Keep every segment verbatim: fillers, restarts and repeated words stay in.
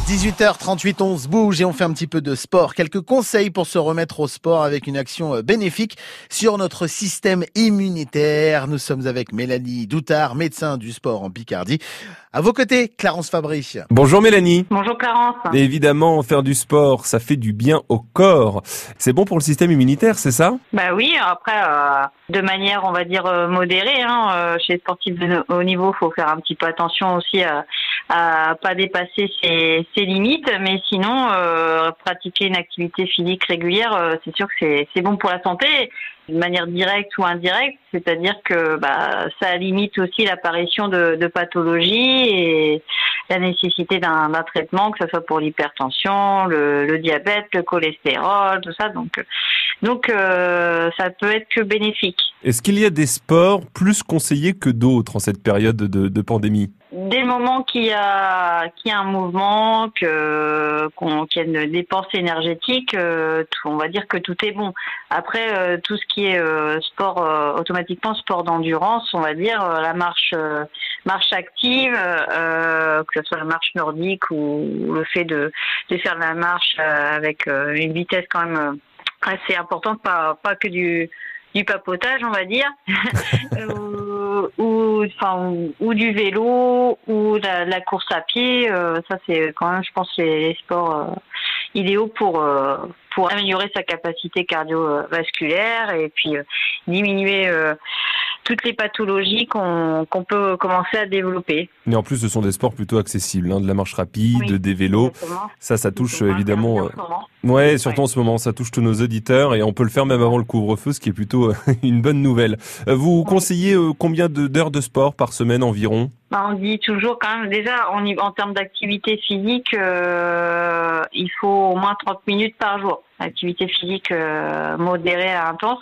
dix-huit heures trente-huit, on se bouge et on fait un petit peu de sport. Quelques conseils pour se remettre au sport avec une action bénéfique sur notre système immunitaire. Nous sommes avec Mélanie Doutard, médecin du sport en Picardie. À vos côtés, Clarence Fabry. Bonjour Mélanie. Bonjour Clarence. Et évidemment, faire du sport, ça fait du bien au corps. C'est bon pour le système immunitaire, c'est ça ? Bah oui, après, euh, de manière, on va dire, euh, modérée. Hein, euh, chez les sportifs de haut niveau, il faut faire un petit peu attention aussi à, à pas dépasser ses, ses limites. Mais sinon, euh, pratiquer une activité physique régulière, euh, c'est sûr que c'est, c'est bon pour la santé. De manière directe ou indirecte, c'est-à-dire que bah, ça limite aussi l'apparition de, de pathologies et la nécessité d'un, d'un traitement, que ce soit pour l'hypertension, le, le diabète, le cholestérol, tout ça. Donc, donc euh, ça peut être que bénéfique. Est-ce qu'il y a des sports plus conseillés que d'autres en cette période de, de pandémie ? Dès le moment qu'il y a, qu'il y a un mouvement, que, qu'on, qu'il y a une dépense énergétique, euh, tout, on va dire que tout est bon. Après, euh, tout ce qui est euh, sport, euh, automatiquement sport d'endurance, on va dire, euh, la marche, euh, marche active, euh, que ce soit la marche nordique ou le fait de, de faire de la marche euh, avec euh, une vitesse quand même assez importante, pas, pas que du... du papotage, on va dire, ou, ou, enfin, ou, ou du vélo, ou la, la course à pied. Euh, ça, c'est quand même, je pense, les, les sports euh, idéaux pour euh, pour améliorer sa capacité cardiovasculaire et puis euh, diminuer euh, toutes les pathologies qu'on, qu'on peut commencer à développer. Mais en plus, ce sont des sports plutôt accessibles, hein, de la marche rapide, Oui, des vélos. exactement. Ça, ça touche C'est évidemment... en ce moment. Ouais, surtout en ce moment, ça touche tous nos auditeurs et on peut le faire même avant le couvre-feu, ce qui est plutôt une bonne nouvelle. Vous Oui. conseillez combien de, d'heures de sport par semaine environ ? Bah, on dit toujours quand même, déjà, en, en termes d'activité physique, euh, il faut au moins trente minutes par jour. Activité physique euh, modérée à intense.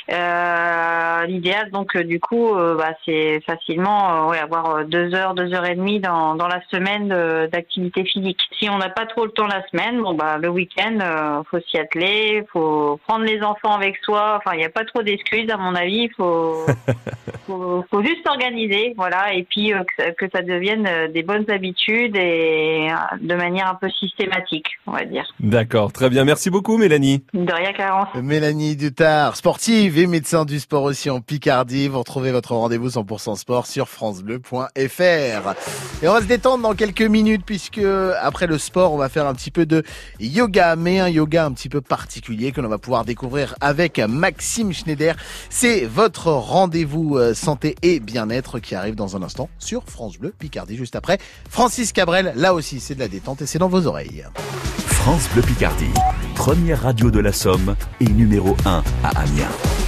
Euh, l'idéal, donc, euh, du coup, euh, bah, c'est facilement euh, ouais, avoir deux heures, deux heures et demie dans, dans la semaine de, d'activité physique. Si on n'a pas trop le temps la semaine, bon, bah, le week-end, euh, faut s'y atteler, faut prendre les enfants avec soi. Enfin, il n'y a pas trop d'excuses, à mon avis. Il faut, faut, faut juste s'organiser, voilà, et puis euh, que, que ça devienne des bonnes habitudes et euh, de manière un peu systématique, on va dire. D'accord, très bien. Merci beaucoup, Mélanie. De rien, Clarence. Mélanie Doutard, sportive et médecin du sport aussi en Picardie. Vous retrouvez votre rendez-vous cent pour cent sport sur francebleu point f r. Et on va se détendre dans quelques minutes puisque après le sport, on va faire un petit peu de yoga, mais un yoga un petit peu particulier que l'on va pouvoir découvrir avec Maxime Schneider. C'est votre rendez-vous santé et bien-être qui arrive dans un instant sur France Bleu Picardie. Juste après, Francis Cabrel, là aussi c'est de la détente et c'est dans vos oreilles. France Bleu Picardie, première radio de la Somme et numéro un à Amiens.